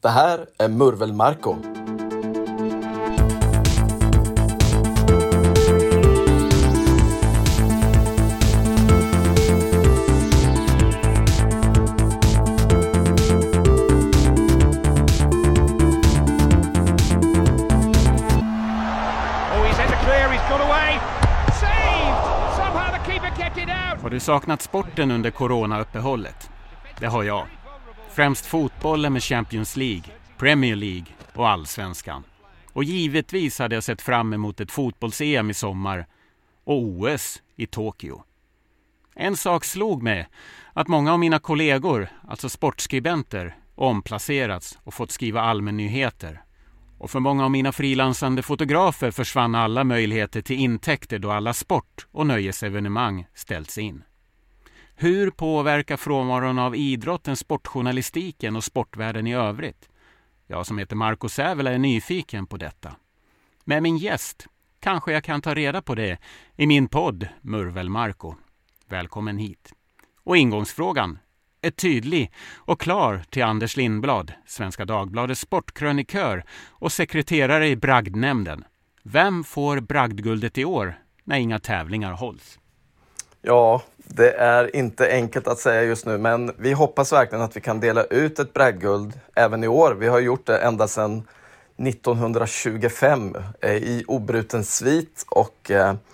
Det här är Murvel Marco. Har du saknat sporten under coronauppehållet? Det har jag. Främst fotbollen med Champions League, Premier League och Allsvenskan. Och givetvis hade jag sett fram emot ett fotbolls-EM i sommar och OS i Tokyo. En sak slog mig, att många av mina kollegor, alltså sportskribenter, omplacerats och fått skriva allmännyheter. Och för många av mina frilansande fotografer försvann alla möjligheter till intäkter då alla sport- och nöjesevenemang ställts in. Hur påverkar frånvaron av idrotten sportjournalistiken och sportvärlden i övrigt? Jag som heter Marco Sävela är nyfiken på detta. Med min gäst kanske jag kan ta reda på det i min podd Murvel Marco. Välkommen hit. Och ingångsfrågan är tydlig och klar till Anders Lindblad, Svenska Dagbladets sportkrönikör och sekreterare i bragdnämnden. Vem får bragdguldet i år när inga tävlingar hålls? Ja, det är inte enkelt att säga just nu, men vi hoppas verkligen att vi kan dela ut ett bragdguld även i år. Vi har gjort det ända sedan 1925 i obruten svit och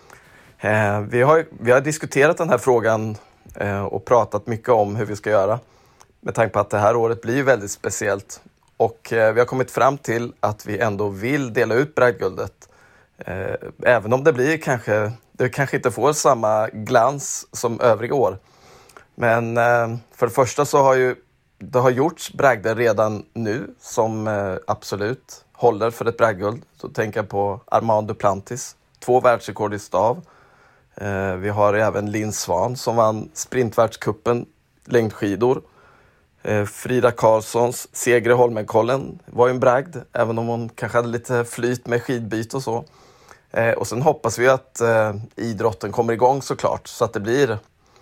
vi har diskuterat den här frågan och pratat mycket om hur vi ska göra med tanke på att det här året blir väldigt speciellt. Och vi har kommit fram till att vi ändå vill dela ut bragdguldet. Även om det kanske inte får samma glans som övriga år. Men för det första så har det har gjorts bragder redan nu som absolut håller för ett bragdguld. Så tänker jag på Armand Duplantis, 2 världsrekord i stav. Vi har även Linn Svan som vann sprintvärldscupen längdskidor. Frida Karlssons seger i Holmenkollen var ju en bragd, även om hon kanske hade lite flyt med skidbyte och så. Och sen hoppas vi att idrotten kommer igång såklart, så att det blir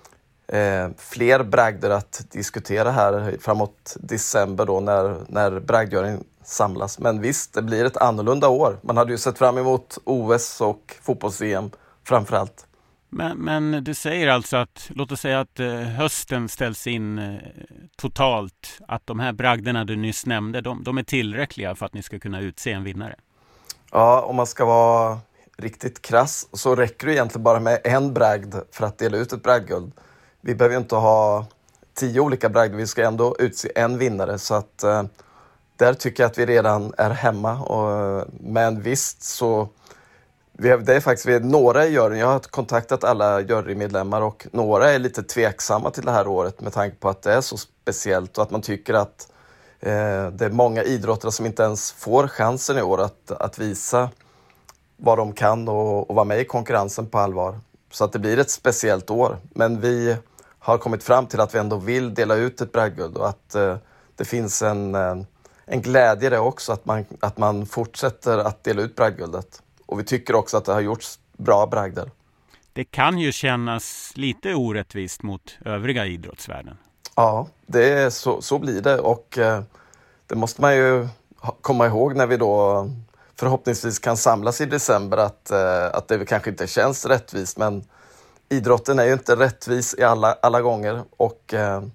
fler bragder att diskutera här framåt december då när bragdgöringen samlas. Men visst, det blir ett annorlunda år. Man hade ju sett fram emot OS och fotbolls-EM framförallt. Men du säger alltså att, låt oss säga att hösten ställs in totalt, att de här bragderna du nyss nämnde, de är tillräckliga för att ni ska kunna utse en vinnare? Ja, om man ska vara riktigt krass så räcker det egentligen bara med en bragd för att dela ut ett bragdguld. Vi behöver ju inte ha 10 olika bragder, vi ska ändå utse en vinnare, så att där tycker jag att vi redan är hemma. Men visst så det är faktiskt några i juryn. Jag har kontaktat alla jurymedlemmar och några är lite tveksamma till det här året med tanke på att det är så speciellt och att man tycker att det är många idrottare som inte ens får chansen i år att visa vad de kan och vara med i konkurrensen på allvar. Så att det blir ett speciellt år. Men vi har kommit fram till att vi ändå vill dela ut ett bragdguld och att det finns en glädje där också att man fortsätter att dela ut bragdguldet. Och vi tycker också att det har gjorts bra bragder. Det kan ju kännas lite orättvist mot övriga idrottsvärlden. Ja, så blir det. Och det måste man ju komma ihåg när vi då förhoppningsvis kan samlas i december. Att det kanske inte känns rättvist. Men idrotten är ju inte rättvis i alla gånger. Och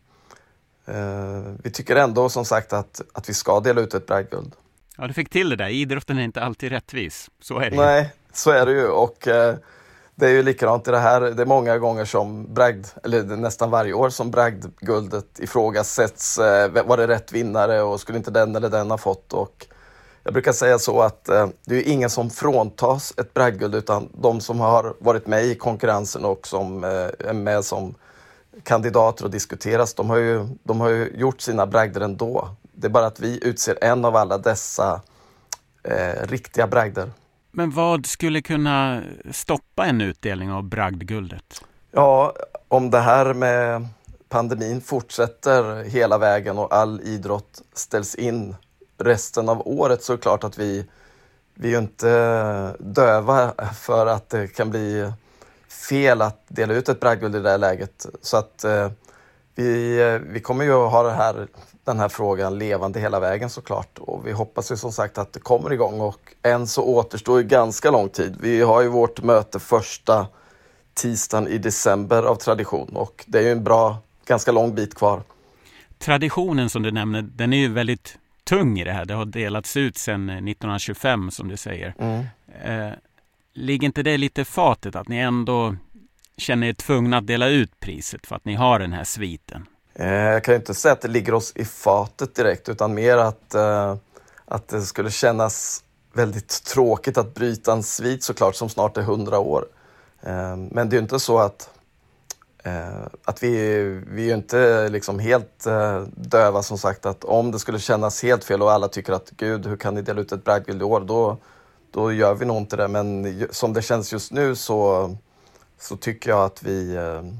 vi tycker ändå som sagt att vi ska dela ut ett bragdguld. Ja, du fick till det där. Idrotten är inte alltid rättvis. Så är det ju. Nej, så är det ju. Och det är ju likadant i det här. Det är många gånger som eller nästan varje år som bragdguldet ifrågasätts. Var det rätt vinnare och skulle inte den eller den ha fått? Och jag brukar säga så att det är ingen som fråntas ett bragdguld, utan de som har varit med i konkurrensen och som är med som kandidater och diskuteras, de har ju gjort sina bragder ändå. Det är bara att vi utser en av alla dessa riktiga bragder. Men vad skulle kunna stoppa en utdelning av bragdguldet? Ja, om det här med pandemin fortsätter hela vägen och all idrott ställs in resten av året, så är det klart att vi är ju inte döva för att det kan bli fel att dela ut ett bragdguld i det här läget. Så att Vi kommer ju att ha den här frågan levande hela vägen såklart. Och vi hoppas ju som sagt att det kommer igång. Och än så återstår ju ganska lång tid. Vi har ju vårt möte första tisdagen i december av tradition. Och det är ju ganska lång bit kvar. Traditionen som du nämner, den är ju väldigt tung i det här. Det har delats ut sedan 1925 som du säger. Ligger inte det lite fatet att ni ändå känner er tvungna att dela ut priset för att ni har den här sviten? Jag kan ju inte säga att det ligger oss i fatet direkt, utan mer att det skulle kännas väldigt tråkigt att bryta en svit såklart som snart är 100 år. Men det är ju inte så att vi är ju inte liksom helt döva som sagt, att om det skulle kännas helt fel och alla tycker att gud, hur kan ni dela ut ett bragdguld i år, då gör vi nog inte det. Men som det känns just nu så tycker jag att vi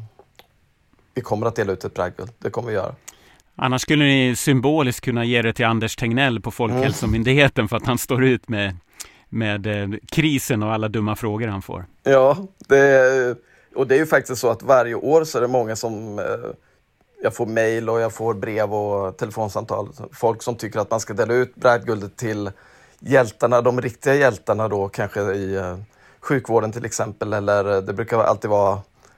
kommer att dela ut ett bragdguld. Det kommer vi göra. Annars skulle ni symboliskt kunna ge det till Anders Tegnell på Folkhälsomyndigheten för att han står ut med krisen och alla dumma frågor han får. Ja, och det är ju faktiskt så att varje år så är det många som jag får mejl och jag får brev och telefonsamtal. Folk som tycker att man ska dela ut bragdguldet till hjältarna, de riktiga hjältarna då, kanske i sjukvården till exempel, eller det brukar alltid vara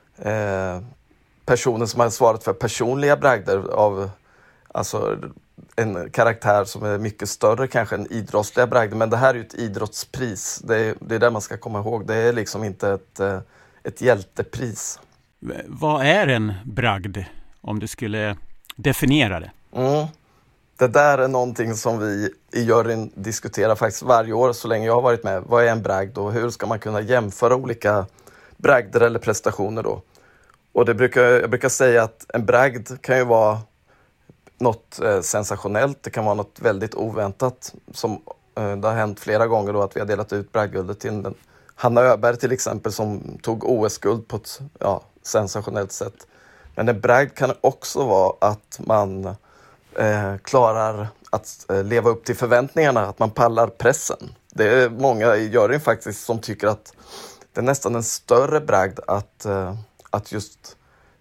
personer som har svarat för personliga bragder av alltså en karaktär som är mycket större kanske än idrottsliga bragder. Men det här är ju ett idrottspris. Det är det man ska komma ihåg. Det är liksom inte ett hjältepris. Vad är en bragd om du skulle definiera det? Det där är någonting som vi i juryn diskuterar faktiskt varje år så länge jag har varit med. Vad är en bragd och hur ska man kunna jämföra olika bragder eller prestationer då? Och jag brukar säga att en bragd kan ju vara något sensationellt. Det kan vara något väldigt oväntat. Som det har hänt flera gånger då att vi har delat ut bragdguldet till Hanna Öberg till exempel, som tog OS-guld på ett sensationellt sätt. Men en bragd kan också vara att man klarar att leva upp till förväntningarna, att man pallar pressen. Det är många i juryn faktiskt som tycker att det är nästan en större bragd att just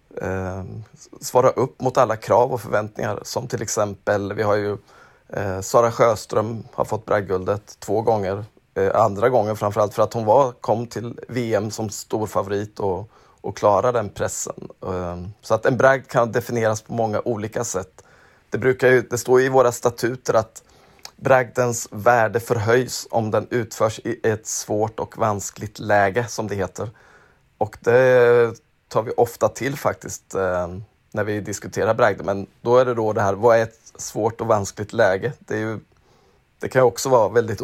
svara upp mot alla krav och förväntningar. Som till exempel, vi har ju Sara Sjöström har fått bragdguldet 2 gånger. Andra gången framförallt för att hon kom till VM som stor favorit och klarade den pressen. Så att en bragd kan definieras på många olika sätt. Det står i våra statuter att bragdens värde förhöjs om den utförs i ett svårt och vanskligt läge, som det heter. Och det tar vi ofta till faktiskt när vi diskuterar bragder. Men då är det då det här, vad är ett svårt och vanskligt läge? Det kan ju också vara väldigt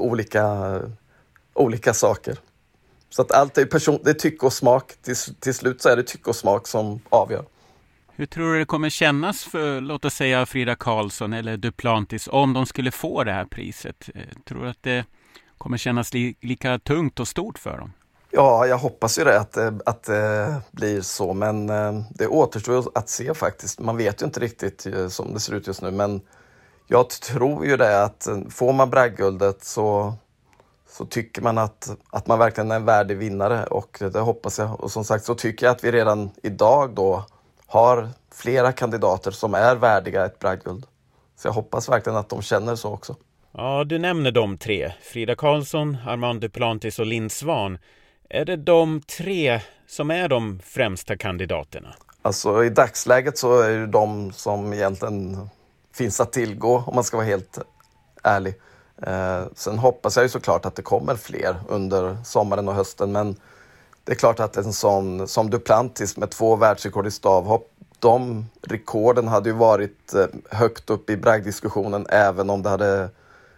olika saker. Så att allt är det är tycke och smak. Till slut så är det tycke och smak som avgör. Hur tror du det kommer kännas för, låt oss säga, Frida Karlsson eller Duplantis om de skulle få det här priset? Tror du att det kommer kännas lika tungt och stort för dem? Ja, jag hoppas ju det att det blir så, men det återstår att se faktiskt. Man vet ju inte riktigt som det ser ut just nu, men jag tror ju det att får man bragdguldet så tycker man att man verkligen är en värdig vinnare, och det hoppas jag. Och som sagt så tycker jag att vi redan idag då har flera kandidater som är värdiga ett bragdguld. Så jag hoppas verkligen att de känner så också. Ja, du nämner de 3. Frida Karlsson, Armand Duplantis och Linn Svahn. Är det de 3 som är de främsta kandidaterna? Alltså i dagsläget så är det de som egentligen finns att tillgå, om man ska vara helt ärlig. Sen hoppas jag ju såklart att det kommer fler under sommaren och hösten, men det är klart att en sån som Duplantis med 2 världsrekord i stavhopp, de rekorden hade ju varit högt upp i bragddiskussionen även om det hade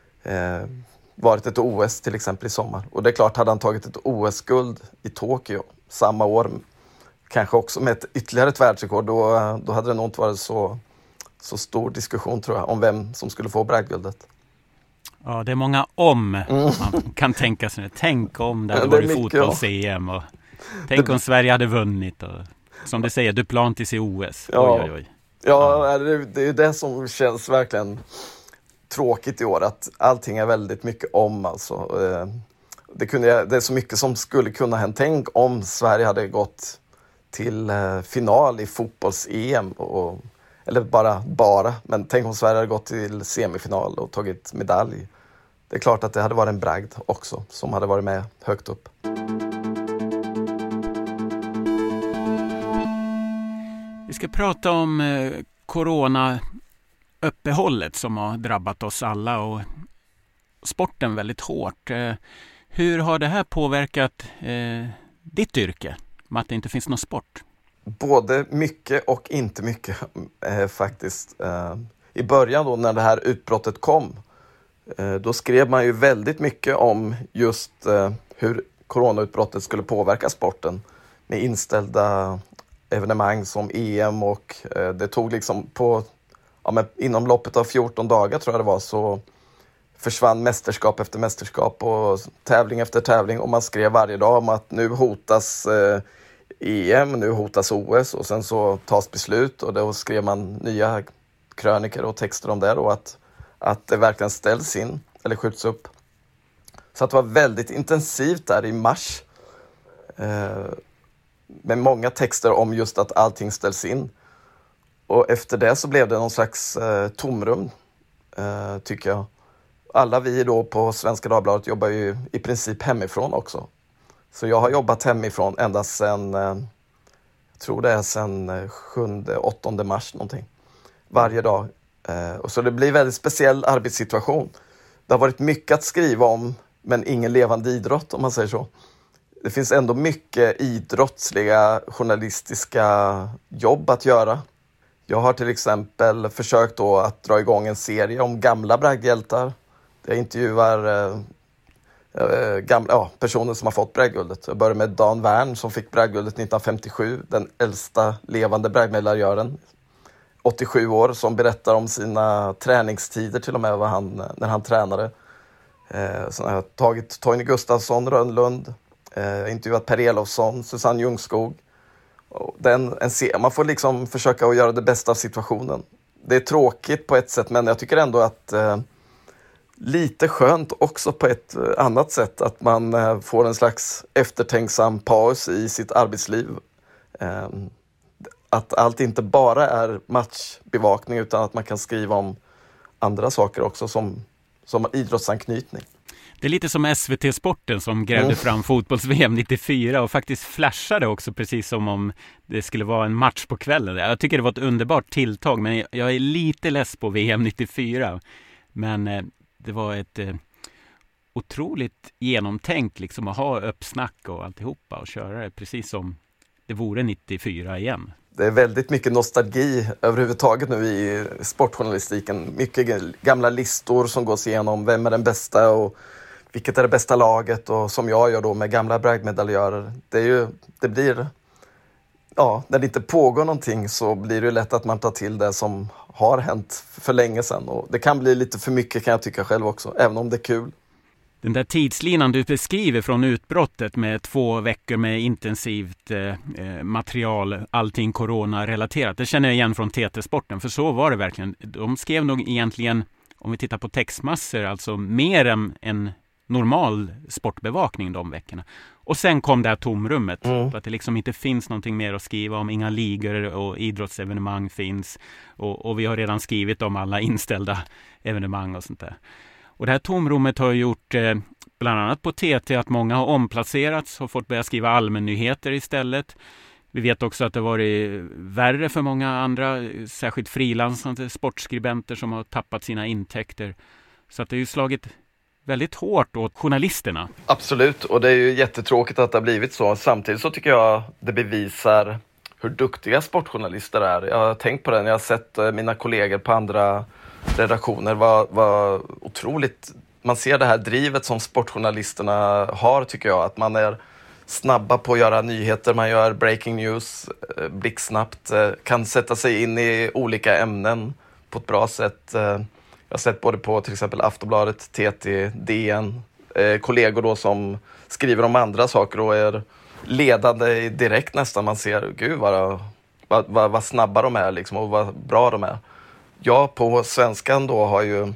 varit ett OS till exempel i sommar. Och det är klart, hade han tagit ett OS-guld i Tokyo samma år, kanske också med ytterligare ett världsrekord, då hade det nog inte varit så stor diskussion tror jag om vem som skulle få bragdguldet. Ja, det är många om man kan tänka sig. Tänk om det hade varit fotbolls-EM och tänk om Sverige hade vunnit och, som du säger, Duplantis i OS. Ja, oj. Ja, det är det som känns verkligen tråkigt i år, att allting är väldigt mycket om alltså. Det är så mycket som skulle kunna hända. Tänk om Sverige hade gått till final i fotbolls-EM och eller bara, men tänk om Sverige hade gått till semifinal och tagit medalj. Det är klart att det hade varit en bragd också, som hade varit med högt upp. Vi ska prata om corona-uppehållet som har drabbat oss alla och sporten väldigt hårt. Hur har det här påverkat ditt yrke, med att det inte finns någon sport? Både mycket och inte mycket faktiskt. I början då när det här utbrottet kom, då skrev man ju väldigt mycket om just hur coronautbrottet skulle påverka sporten med inställda evenemang som EM, och det tog liksom inom loppet av 14 dagar tror jag det var, så försvann mästerskap efter mästerskap och tävling efter tävling, och man skrev varje dag om att nu hotas EM, nu hotas OS, och sen så tas beslut, och då skrev man nya kröniker och texter om det då, att det verkligen ställs in eller skjuts upp. Så att det var väldigt intensivt där i mars med många texter om just att allting ställs in. Och efter det så blev det någon slags tomrum, tycker jag. Alla vi då på Svenska Dagbladet jobbar ju i princip hemifrån också. Så jag har jobbat hemifrån ända sedan, jag tror det är sedan 7-8 mars någonting. Varje dag. Och så det blir en väldigt speciell arbetssituation. Det har varit mycket att skriva om, men ingen levande idrott, om man säger så. Det finns ändå mycket idrottsliga, journalistiska jobb att göra. Jag har till exempel försökt då att dra igång en serie om gamla bragdhjältar. Jag intervjuar personer som har fått bragdguldet. Jag började med Dan Wern som fick bragdguldet 1957, den äldsta levande bragdmedaljören. 87 år, som berättar om sina träningstider till och med, när han tränade. Så jag har tagit Torgny Gustafsson, Rönnlund, intervjuat Per Elofsson, Susanne Ljungskog. Man får liksom försöka att göra det bästa av situationen. Det är tråkigt på ett sätt, men jag tycker ändå att lite skönt också på ett annat sätt, att man får en slags eftertänksam paus i sitt arbetsliv. Att allt inte bara är matchbevakning, utan att man kan skriva om andra saker också som idrottsanknytning. Det är lite som SVT-sporten som grävde fram fotbolls-VM 94 och faktiskt flashade också, precis som om det skulle vara en match på kvällen. Jag tycker det var ett underbart tilltag, men jag är lite less på VM 94. Men det var ett otroligt genomtänkt liksom, att ha uppsnack och alltihopa och köra det precis som det vore 94 igen. Det är väldigt mycket nostalgi överhuvudtaget nu i sportjournalistiken. Mycket gamla listor som gås igenom. Vem är den bästa och vilket är det bästa laget? Och som jag gör då med gamla bragdmedaljörer. Det blir, när det inte pågår någonting så blir det lätt att man tar till det som har hänt för länge sedan. Och det kan bli lite för mycket, kan jag tycka själv också, även om det är kul. Den där tidslinan du beskriver från utbrottet med 2 veckor med intensivt material, allting corona-relaterat, det känner jag igen från TT-sporten, för så var det verkligen. De skrev nog egentligen, om vi tittar på textmassor, alltså mer än en normal sportbevakning de veckorna. Och sen kom det här tomrummet, att det liksom inte finns någonting mer att skriva om, inga ligor och idrottsevenemang finns, och vi har redan skrivit om alla inställda evenemang och sånt där. Och det här tomrummet har gjort bland annat på TT att många har omplacerats och fått börja skriva allmännyheter istället. Vi vet också att det varit värre för många andra, särskilt frilansande sportskribenter som har tappat sina intäkter. Så att det är ju slagit väldigt hårt åt journalisterna. Absolut, och det är ju jättetråkigt att det har blivit så. Samtidigt så tycker jag det bevisar hur duktiga sportjournalister är. Jag har tänkt på det när jag har sett mina kollegor på andra redaktioner, vad otroligt. Man ser det här drivet som sportjournalisterna har, tycker jag. Att man är snabba på att göra nyheter, man gör breaking news blixtsnabbt, kan sätta sig in i olika ämnen på ett bra sätt. Jag har sett både på till exempel Aftonbladet, TT, DN, kollegor då som skriver om andra saker och är ledande direkt nästan. Man ser, gud vad snabba de är liksom, och vad bra de är. Jag på Svenskan då har ju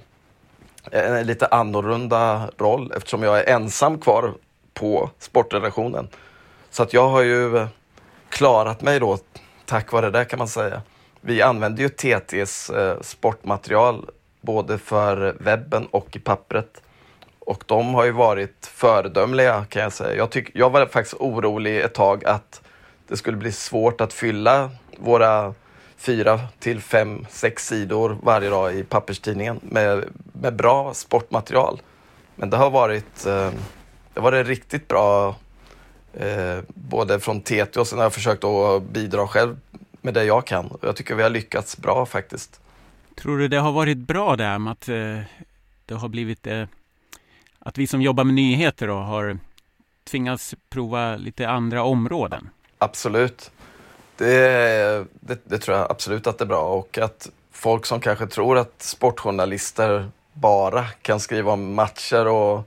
en lite annorlunda roll eftersom jag är ensam kvar på sportredaktionen. Så att jag har ju klarat mig då tack vare det, kan man säga. vi använder ju TT:s sportmaterial både för webben och i pappret. Och de har ju varit föredömliga kan jag säga. Jag var faktiskt orolig ett tag att det skulle bli svårt att fylla våra 4 till 5, 6 sidor varje dag i papperstidningen med bra sportmaterial. Men det har varit riktigt bra både från TT och sen har jag försökt att bidra själv med det jag kan. Jag tycker vi har lyckats bra faktiskt. Tror du det har varit bra där med att det har blivit att vi som jobbar med nyheter då, har tvingats prova lite andra områden? Absolut. Det tror jag absolut att det är bra. Och att folk som kanske tror att sportjournalister bara kan skriva om matcher och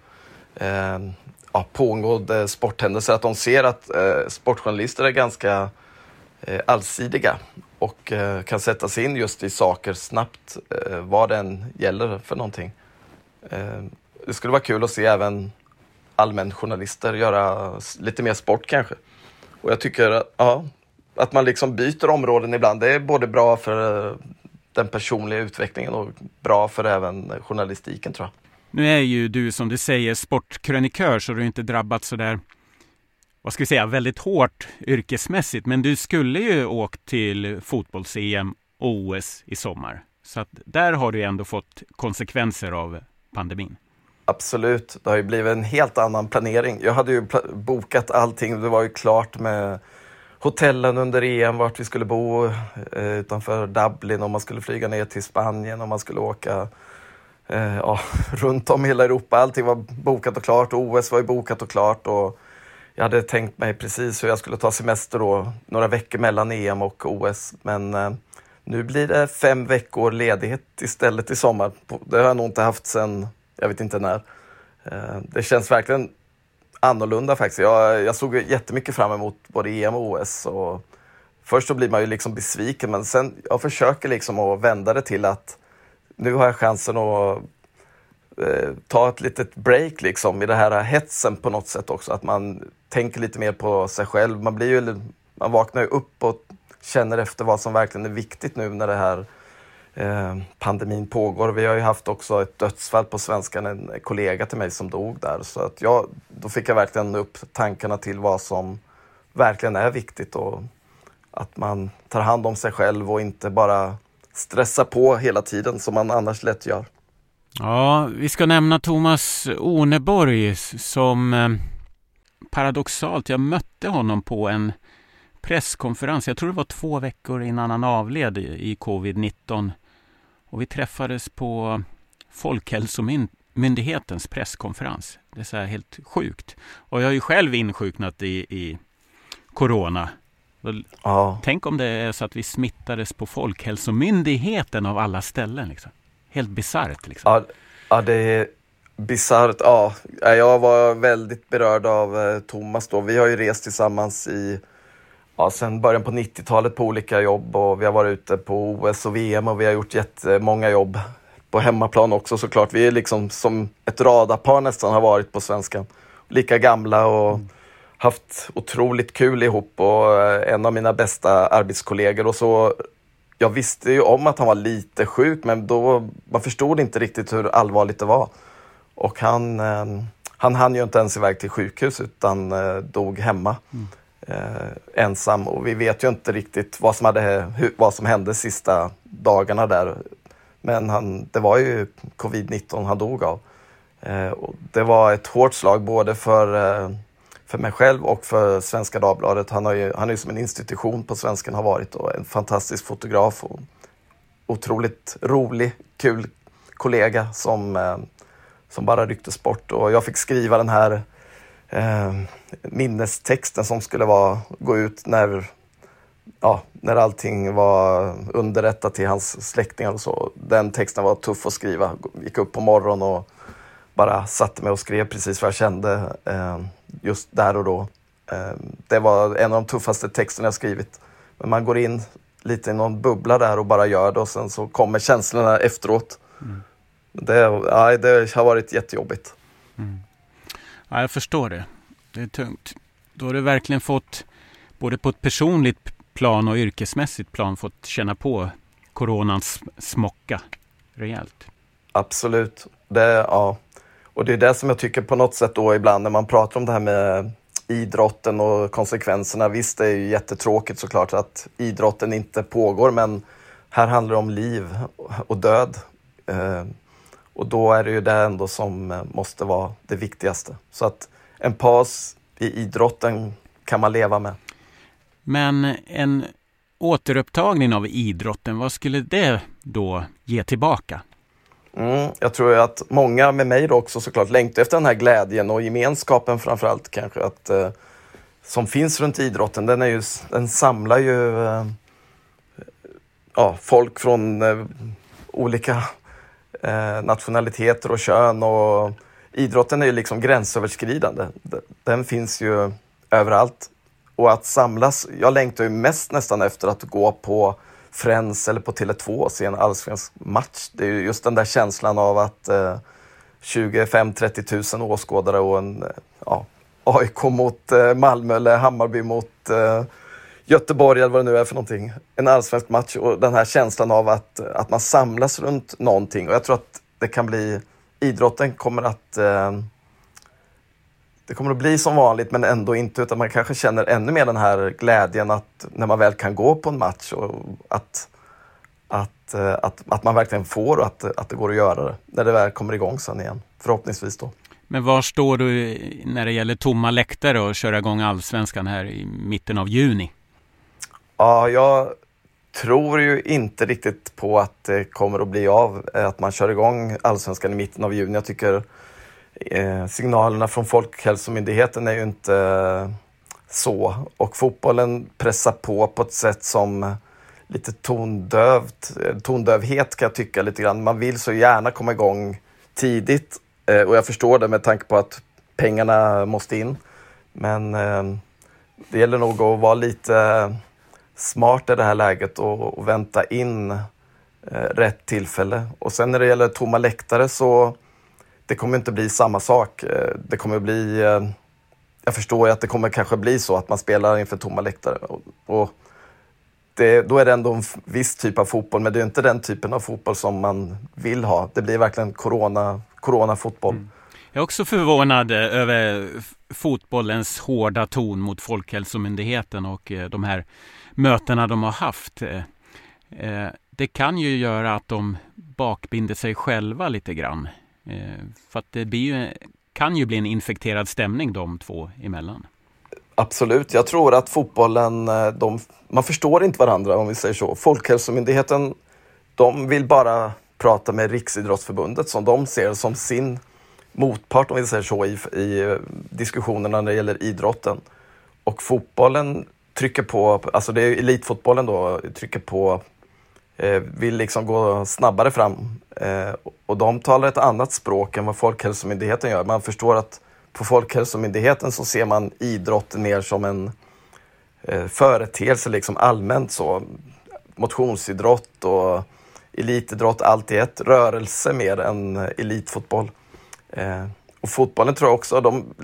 pågående sporthändelser, att de ser att sportjournalister är ganska allsidiga och kan sätta sig in just i saker snabbt, vad den gäller för någonting. Det skulle vara kul att se även allmänjournalister göra lite mer sport kanske. Och jag tycker att man liksom byter områden ibland. Det är både bra för den personliga utvecklingen och bra för även journalistiken tror jag. Nu är ju du som du säger sportkrönikör så du har inte drabbat så där, vad ska vi säga, väldigt hårt yrkesmässigt. Men du skulle ju åkt till fotbolls-EM och OS i sommar. Så att där har du ändå fått konsekvenser av pandemin. Absolut, det har ju blivit en helt annan planering. Jag hade ju bokat allting, det var ju klart med hotellen under EM, vart vi skulle bo utanför Dublin, om man skulle flyga ner till Spanien, om man skulle åka runt om hela Europa. Allting var bokat och klart och OS var ju bokat och klart och jag hade tänkt mig precis hur jag skulle ta semester då, några veckor mellan EM och OS. Men nu blir det 5 veckor ledighet istället i sommar. Det har jag nog inte haft sedan, jag vet inte när. Det känns verkligen annorlunda faktiskt. Jag såg jättemycket fram emot både EM och OS. Och först så blir man ju liksom besviken, men sen jag försöker liksom att vända det till att nu har jag chansen att ta ett litet break liksom i det här hetsen på något sätt också. Att man tänker lite mer på sig själv. Man vaknar ju upp och känner efter vad som verkligen är viktigt nu när det här pandemin pågår. Vi har ju haft också ett dödsfall på Svenskan, en kollega till mig som dog där. Så att då fick jag verkligen upp tankarna till vad som verkligen är viktigt och att man tar hand om sig själv och inte bara stressa på hela tiden som man annars lätt gör. Ja, vi ska nämna Thomas Orneborg som paradoxalt, jag mötte honom på en presskonferens. Jag tror det var 2 veckor innan han avled i covid-19. Och vi träffades på Folkhälsomyndighetens presskonferens. Det är så här helt sjukt. Och jag har ju själv insjuknat i corona. Ja. Tänk om det är så att vi smittades på Folkhälsomyndigheten av alla ställen. Liksom. Helt bisarrt. Liksom. Ja, det är bisarrt. Ja, jag var väldigt berörd av Thomas då. Vi har ju rest tillsammans sen början på 90-talet på olika jobb och vi har varit ute på OS och VM och vi har gjort jättemånga jobb på hemmaplan också såklart. Vi är liksom som ett radarpar nästan har varit på Svenskan. Lika gamla och haft otroligt kul ihop och en av mina bästa arbetskollegor och så. Jag visste ju om att han var lite sjuk men man förstod inte riktigt hur allvarligt det var. Och han hann ju inte ens iväg till sjukhus utan dog hemma. Ensam och vi vet ju inte riktigt vad som hände sista dagarna där. Men det var ju covid-19 han dog av. Och det var ett hårt slag både för mig själv och för Svenska Dagbladet. Han är ju som en institution på Svenskan har varit och en fantastisk fotograf och otroligt rolig, kul kollega som bara rycktes bort. Och jag fick skriva den här minnestexten som skulle gå ut när allting var underrättat till hans släktingar och så. Den texten var tuff att skriva. Gick upp på morgonen och bara satte mig och skrev precis vad jag kände just där och då. Det var en av de tuffaste texterna jag skrivit. Men man går in lite i någon bubbla där och bara gör det och sen så kommer känslorna efteråt. Det har varit jättejobbigt. Ja, jag förstår det. Det är tungt. Då har du verkligen fått både på ett personligt plan och yrkesmässigt plan fått känna på coronans smocka rejält. Absolut. Ja. Och det är det som jag tycker på något sätt då ibland när man pratar om det här med idrotten och konsekvenserna. Visst, det är ju jättetråkigt såklart att idrotten inte pågår, men här handlar det om liv och död. Och då är det ju det ändå som måste vara det viktigaste. Så att en paus i idrotten kan man leva med. Men en återupptagning av idrotten, vad skulle det då ge tillbaka? Jag tror att många med mig då också såklart längtar efter den här glädjen och gemenskapen framförallt kanske att som finns runt idrotten. Den samlar ju folk från olika nationaliteter och kön, och idrotten är ju liksom gränsöverskridande. Den finns ju överallt, och att samlas, jag längtar ju mest nästan efter att gå på Friends eller på Tele2 och se en allsvensk match. Det är ju just den där känslan av att 25-30 000 åskådare och en AIK mot Malmö eller Hammarby mot Göteborg eller vad det nu är för någonting. En allsvensk match, och den här känslan av att man samlas runt någonting. Och jag tror att det kan bli, idrotten kommer att det kommer att bli som vanligt, men ändå inte, utan man kanske känner ännu mer den här glädjen att när man väl kan gå på en match och att man verkligen får, och att det går att göra det när det väl kommer igång sen igen, förhoppningsvis då. Men var står du när det gäller tomma läktare och köra igång allsvenskan här i mitten av juni? Ja, jag tror ju inte riktigt på att det kommer att bli av att man kör igång allsvenskan i mitten av juni. Jag tycker signalerna från Folkhälsomyndigheten är ju inte så, och fotbollen pressar på ett sätt som lite tondövhet kan jag tycka lite grann. Man vill så gärna komma igång tidigt, och jag förstår det med tanke på att pengarna måste in, men det gäller nog att vara lite smart i det här läget och vänta in rätt tillfälle. Och sen när det gäller tomma läktare så det kommer inte bli samma sak. Det kommer bli, jag förstår ju att det kommer kanske bli så att man spelar inför tomma läktare. Och då är det ändå en viss typ av fotboll, men det är inte den typen av fotboll som man vill ha. Det blir verkligen corona-fotboll. Jag är också förvånad över fotbollens hårda ton mot Folkhälsomyndigheten och de här mötena de har haft. Det kan ju göra att de bakbinder sig själva lite grann. För att det kan ju bli en infekterad stämning de två emellan. Absolut, jag tror att fotbollen, man förstår inte varandra om vi säger så. Folkhälsomyndigheten, de vill bara prata med Riksidrottsförbundet som de ser som sin motpart om vi säger så i diskussionerna när det gäller idrotten. Och fotbollen trycker på, alltså det är elitfotbollen då, trycker på, vill liksom gå snabbare fram. Och de talar ett annat språk än vad Folkhälsomyndigheten gör. Man förstår att på Folkhälsomyndigheten så ser man idrotten mer som en företeelse liksom allmänt så. Motionsidrott och elitidrott, allt i ett. Rörelse mer än elitfotboll. Och fotbollen tror jag också,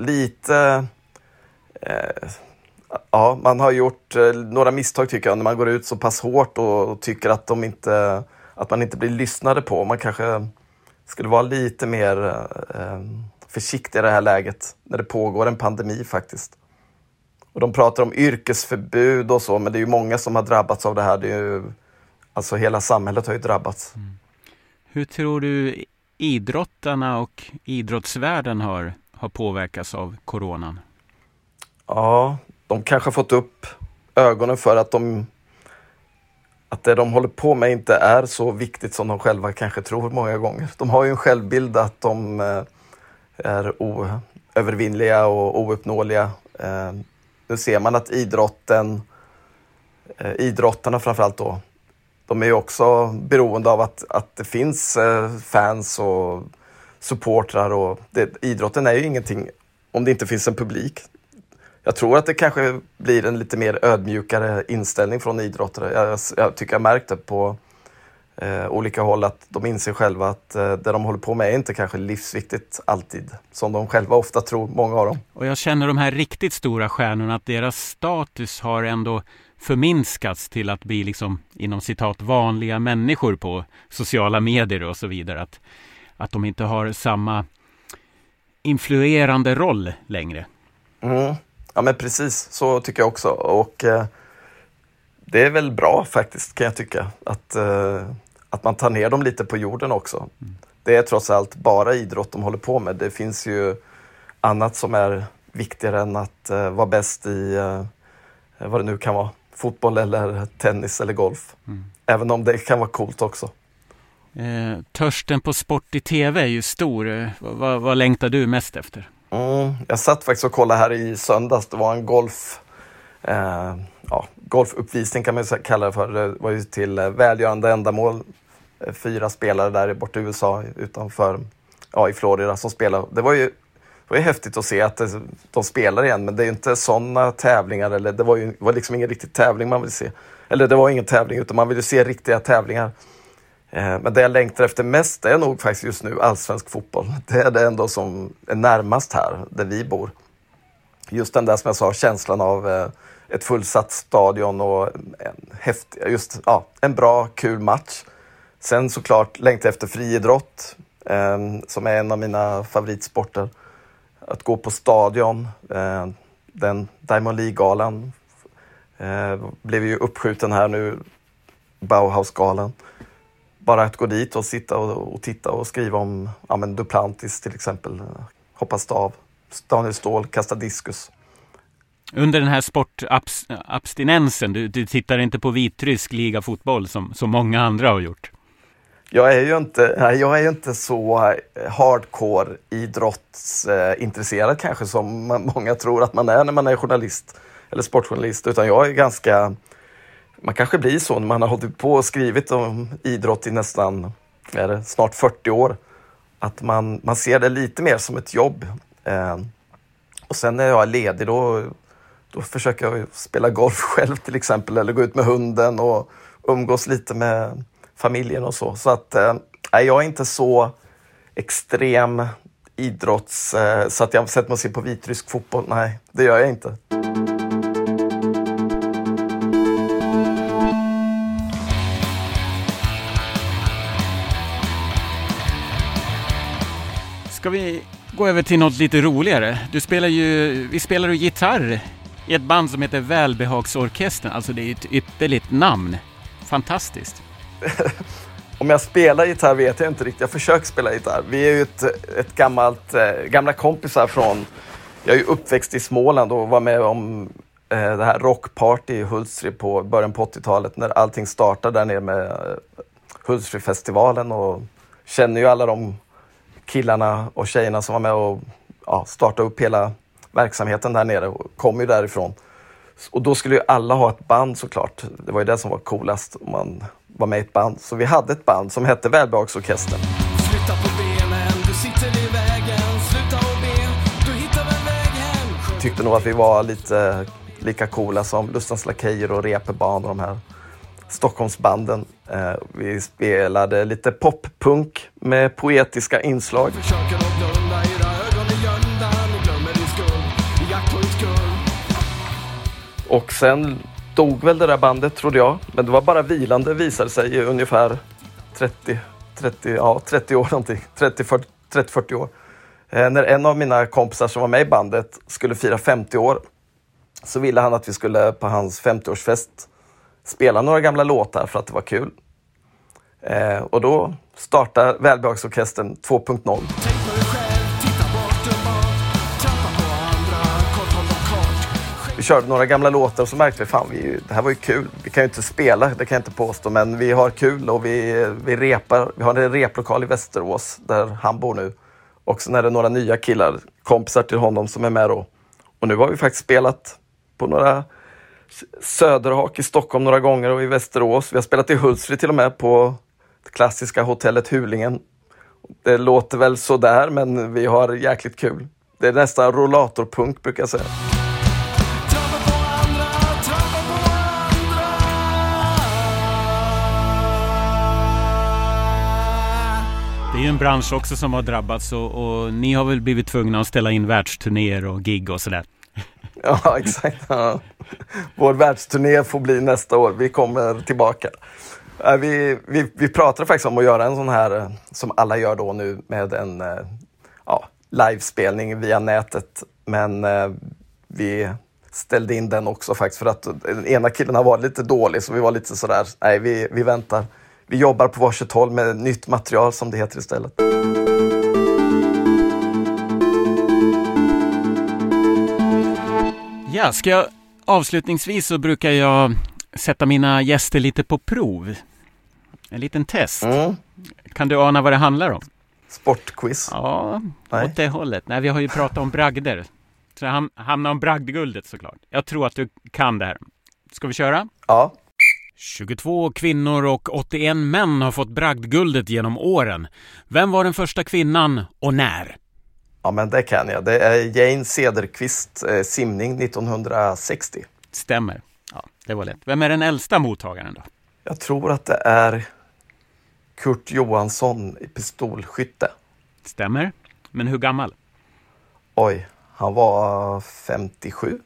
man har gjort några misstag tycker jag när man går ut så pass hårt och tycker att man inte blir lyssnade på. Man kanske skulle vara lite mer försiktig i det här läget när det pågår en pandemi faktiskt. Och de pratar om yrkesförbud och så, men det är ju många som har drabbats av det här. Det är ju, alltså hela samhället har ju drabbats. Mm. Hur tror du idrottarna och idrottsvärlden har påverkats av coronan? Ja, de kanske har fått upp ögonen för att det de håller på med inte är så viktigt som de själva kanske tror många gånger. De har ju en självbild att de är oövervinnliga och ouppnåeliga. Nu ser man att idrottarna framförallt då, de är ju också beroende av att det finns fans och supportrar. Och idrotten är ju ingenting om det inte finns en publik. Jag tror att det kanske blir en lite mer ödmjukare inställning från idrottare. Jag tycker jag märkt det på olika håll att de inser själva att det de håller på med är inte kanske livsviktigt alltid. Som de själva ofta tror, många av dem. Och jag känner de här riktigt stora stjärnorna att deras status har ändå förminskats till att bli liksom inom citat vanliga människor på sociala medier och så vidare. Att de inte har samma influerande roll längre. Ja, men precis, så tycker jag också. Och det är väl bra faktiskt, kan jag tycka, att man tar ner dem lite på jorden också. Det är trots allt bara idrott de håller på med. Det finns ju annat som är viktigare än att vara bäst i vad det nu kan vara, fotboll eller tennis eller golf. Även om det kan vara coolt också. Törsten på sport i tv är ju stor. Vad längtar du mest efter? Jag satt faktiskt och kollade här i söndags. Det var en golfuppvisning kan man ju kalla det för. Det var ju till välgörande ändamål. 4 spelare där borta i USA utanför, i Florida som spelar. Det var ju häftigt att se att de spelar igen, men det är ju inte sådana tävlingar, eller det var liksom ingen riktig tävling man vill se. Eller det var ingen tävling, utan man vill ju se riktiga tävlingar. Men det jag längtar efter mest är nog faktiskt just nu allsvensk fotboll. Det är det ändå som är närmast här, där vi bor. Just den där, som jag sa, känslan av ett fullsatt stadion och en bra, kul match. Sen såklart längtar efter friidrott, som är en av mina favoritsporter. Att gå på stadion, den Diamond League-galan blev ju uppskjuten här nu, Bauhaus-galan. Bara att gå dit och sitta och titta och skriva om Duplantis till exempel, hoppa stav, Daniel Ståhl, kasta diskus. Under den här sportabstinensen, du tittar inte på vitrysk ligafotboll som många andra har gjort? Jag är ju inte så hardcore idrottsintresserad kanske som många tror att man är när man är journalist eller sportjournalist, utan jag är ganska, man kanske blir så när man har hållit på och skrivit om idrott i nästan snart 40 år, att man ser det lite mer som ett jobb. Och sen när jag är ledig då försöker jag spela golf själv till exempel, eller gå ut med hunden och umgås lite med familjen och så. Så att jag är inte så extrem idrotts så att jag sätter mig och ser på vitrysk fotboll. Nej, det gör jag inte. Ska vi gå över till något lite roligare? Vi spelar ju gitarr i ett band som heter Välbehagsorkestern. Alltså det är ett ypperligt namn. Fantastiskt. Om jag spelar gitarr vet jag inte riktigt. Jag försöker spela gitarr. Vi är ju ett gamla kompisar från... Jag är ju uppväxt i Småland och var med om det här rockparty i Hultsfred på början på 80-talet, när allting startade där nere med Hultsfredfestivalen, och känner ju alla de killarna och tjejerna som var med och startade upp hela verksamheten där nere och kom ju därifrån. Och då skulle ju alla ha ett band såklart. Det var ju det som var coolast om man var med i ett band. Så vi hade ett band som hette Välbehagsorkestern. Flytta på benen, du sitter i vägen. Sluta och ben, du hittar en väg hem. Tyckte nog att vi var lite lika coola som Lustans Lakejer och Reeperbahn och de här Stockholmsbanden. Vi spelade lite poppunk med poetiska inslag. Försöker att blunda, era ögon är gömda. Ni glömmer din skuld, i jakt på din skuld. Och sen dog väl det där bandet, trodde jag. Men det var bara vilande, visade sig, i ungefär 30 år någonting. 30-40 år. När en av mina kompisar som var med i bandet skulle fira 50 år, så ville han att vi skulle på hans 50-årsfest spela några gamla låtar för att det var kul. Och då startade Välbehagsorkestern 2.0. Tänk på dig själv, titta bort och bort. Trampa på andra, kort. Vi körde några gamla låtar och så märkte vi, det här var ju kul. Vi kan ju inte spela, det kan jag inte påstå, men vi har kul och vi repar. Vi har en replokal i Västerås där han bor nu. Och sen är det några nya killar, kompisar till honom, som är med då. Och nu har vi faktiskt spelat på några Söderhak i Stockholm några gånger och i Västerås. Vi har spelat i Hultsfred till och med på det klassiska hotellet Hulingen. Det låter väl så där, men vi har jäkligt kul. Det är nästan rollatorpunk, brukar jag säga. Trampa på andra, trampa på andra. Det är ju en bransch också som har drabbats och ni har väl blivit tvungna att ställa in världsturnéer och gig och sådär. Ja, exakt. Ja. Vår världsturné får bli nästa år. Vi kommer tillbaka. Vi pratade faktiskt om att göra en sån här, som alla gör då nu, med en livespelning via nätet. Men vi ställde in den också faktiskt för att den ena killen har varit lite dålig, så vi var lite sådär, nej, vi väntar. Vi jobbar på varsitt håll med nytt material, som det heter istället. Ja, avslutningsvis så brukar jag sätta mina gäster lite på prov. En liten test. Kan du ana vad det handlar om? Sportquiz? Ja, åt det hållet. Nej, vi har ju pratat om bragder. Så han hamnar om bragdguldet såklart. Jag tror att du kan det här. Ska vi köra? Ja. 22 kvinnor och 81 män har fått bragdguldet genom åren. Vem var den första kvinnan och när? Ja, men det kan jag. Det är Jane Cederqvist, simning 1960. Stämmer. Ja, det var lätt. Vem är den äldsta mottagaren då? Jag tror att det är Kurt Johansson i pistolskytte. Stämmer. Men hur gammal? Oj, han var 57.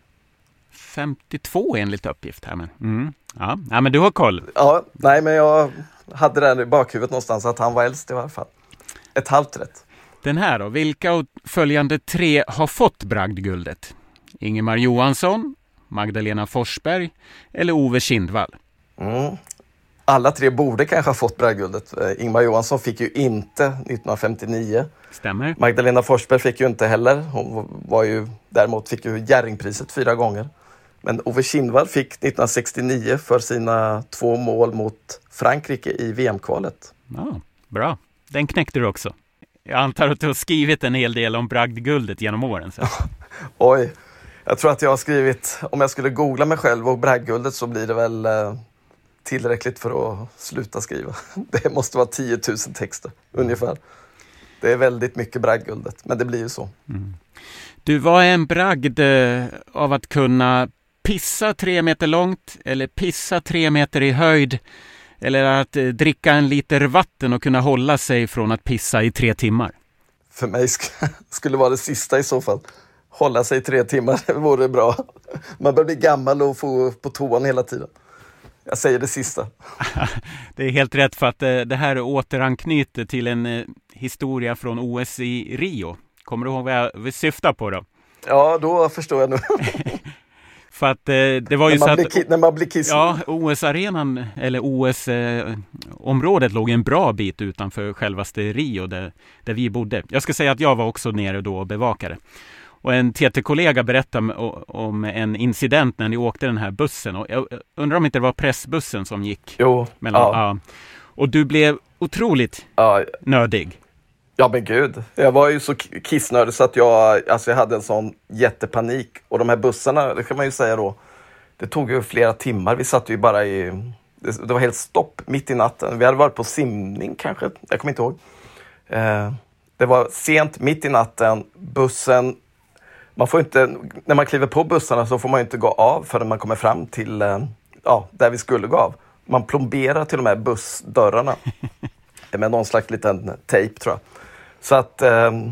52 enligt uppgift här. Men. Ja, men du har koll. Ja, nej, men jag hade det i bakhuvudet någonstans att han var äldst i alla fall. Ett halvt rätt. Den här då, vilka av följande 3 har fått bragdguldet? Ingemar Johansson, Magdalena Forsberg eller Ove Kindvall? Alla 3 borde kanske ha fått bragdguldet. Ingemar Johansson fick ju inte 1959. Stämmer. Magdalena Forsberg fick ju inte heller. Hon däremot fick ju Jerringpriset 4 gånger. Men Ove Kindvall fick 1969 för sina 2 mål mot Frankrike i VM-kvalet. Ja, bra. Den knäckte du också. Jag antar att du har skrivit en hel del om bragdguldet genom åren. Så. Oj, jag tror att jag har skrivit, om jag skulle googla mig själv och bragdguldet, så blir det väl tillräckligt för att sluta skriva. Det måste vara 10 000 texter ungefär. Det är väldigt mycket bragdguldet, men det blir ju så. Du var en bragd av att kunna pissa 3 meter långt eller pissa 3 meter i höjd, eller att dricka en liter vatten och kunna hålla sig från att pissa i 3 timmar? För mig skulle vara det sista i så fall. Hålla sig i 3 timmar, det vore bra. Man börjar bli gammal och få på toan hela tiden. Jag säger det sista. Det är helt rätt, för att det här återanknyter till en historia från OS i Rio. Kommer du ihåg vad vi syftar på då? Ja, då förstår jag nu. För att det var ju när man blir kissig. Ja, OS-arenan eller OS-området låg en bra bit utanför självaste Rio där vi bodde. Jag ska säga att jag var också nere då och bevakade. Och en TT-kollega berättade om en incident när ni åkte den här bussen. Och jag undrar om inte det var pressbussen som gick. Jo, ja. Och du blev otroligt nördig. Ja, men gud. Jag var ju så kissnördig så att jag hade en sån jättepanik. Och de här bussarna, det kan man ju säga då, det tog ju flera timmar. Vi satt ju bara det var helt stopp mitt i natten. Vi hade varit på simning kanske, jag kommer inte ihåg. Det var sent, mitt i natten, bussen. Man får inte, när man kliver på bussarna så får man inte gå av förrän man kommer fram till där vi skulle gå av. Man plomberar till de här bussdörrarna med någon slags liten tejp, tror jag. Så att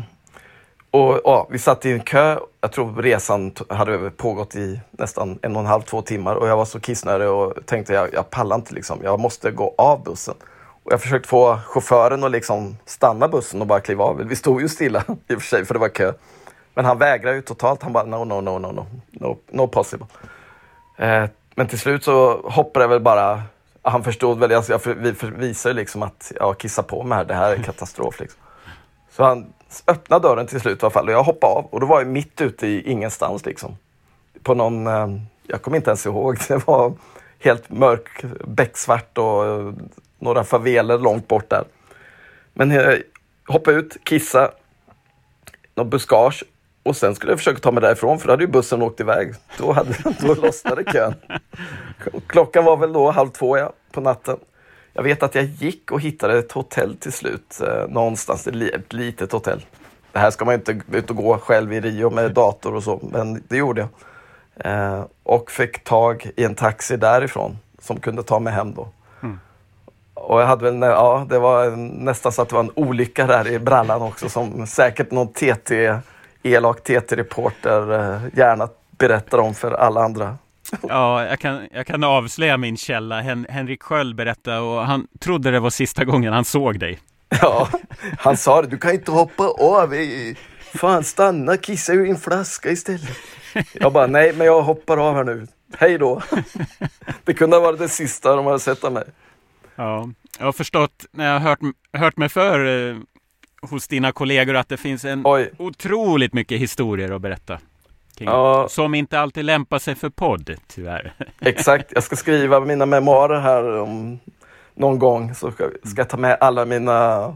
vi satt i en kö. Jag tror resan hade pågått i nästan 1,5-2 timmar, och jag var så kissnödig och tänkte jag pallar inte liksom. Jag måste gå av bussen. Och jag försökte få chauffören att liksom stanna bussen och bara kliva av. Vi stod ju stilla i och för sig, för det var kö. Men han vägrade ju totalt. Han bara no possible. Men till slut så hoppade jag väl bara. Han förstod väl, vi visade liksom att jag kissar på mig här. Det här är katastrof liksom. Så han öppnade dörren till slut i alla fall, och jag hoppade av. Och då var jag mitt ute i ingenstans liksom. På någon, jag kommer inte ens ihåg. Det var helt mörk, becksvart och några faveler långt bort där. Men jag hoppade ut, kissa, någon buskage. Och sen skulle jag försöka ta mig därifrån, för då hade ju bussen åkt iväg. Då lossnade kön. Klockan var väl då 1:30 på natten. Jag vet att jag gick och hittade ett hotell till slut. Någonstans, ett litet hotell. Det här ska man ju inte ut och gå själv i Rio med dator och så. Men det gjorde jag. Och fick tag i en taxi därifrån som kunde ta mig hem då. Och jag hade väl, det var nästan så att det var en olycka där i brallan också, som säkert någon elak TT-reporter gärna berättar om för alla andra. Ja, jag kan avslöja min källa. Henrik Sköld berättade, och han trodde det var sista gången han såg dig. Ja, han sa det. Du kan inte hoppa av. Fan, stanna, kissa ur en flaska istället. Jag bara, nej, men jag hoppar av här nu. Hej då. Det kunde ha varit det sista de hade sett av mig. Ja, jag har förstått när jag har hört mig för hos dina kollegor att det finns en otroligt mycket historier att berätta. Som inte alltid lämpar sig för podd, tyvärr. Exakt, jag ska skriva mina memoarer här om någon gång. Så ska jag ta med alla mina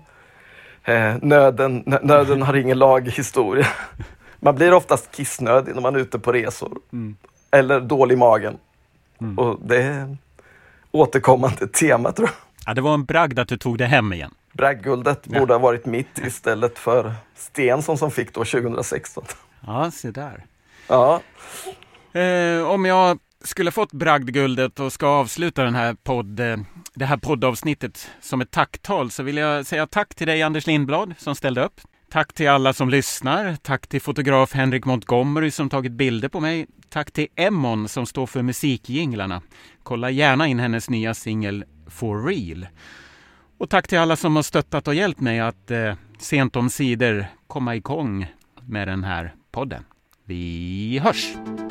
nöden har ingen lag-historia. Man blir oftast kissnödig när man är ute på resor. Eller dålig i magen. Och det är återkommande tema, tror jag. Ja, det var en bragd att du tog det hem igen. Bragdguldet borde ha varit mitt istället för Stensson som fick då 2016. Ja, se där. Ja. Om jag skulle fått bragdguldet och ska avsluta det här poddavsnittet som ett tacktal, så vill jag säga tack till dig, Anders Lindblad, som ställde upp. Tack till alla som lyssnar. Tack till fotograf Henrik Montgomery som tagit bilder på mig. Tack till Emmon som står för musikjinglarna. Kolla gärna in hennes nya singel For Real. Och tack till alla som har stöttat och hjälpt mig att sent om sidor komma igång med den här podden. Vi hörs!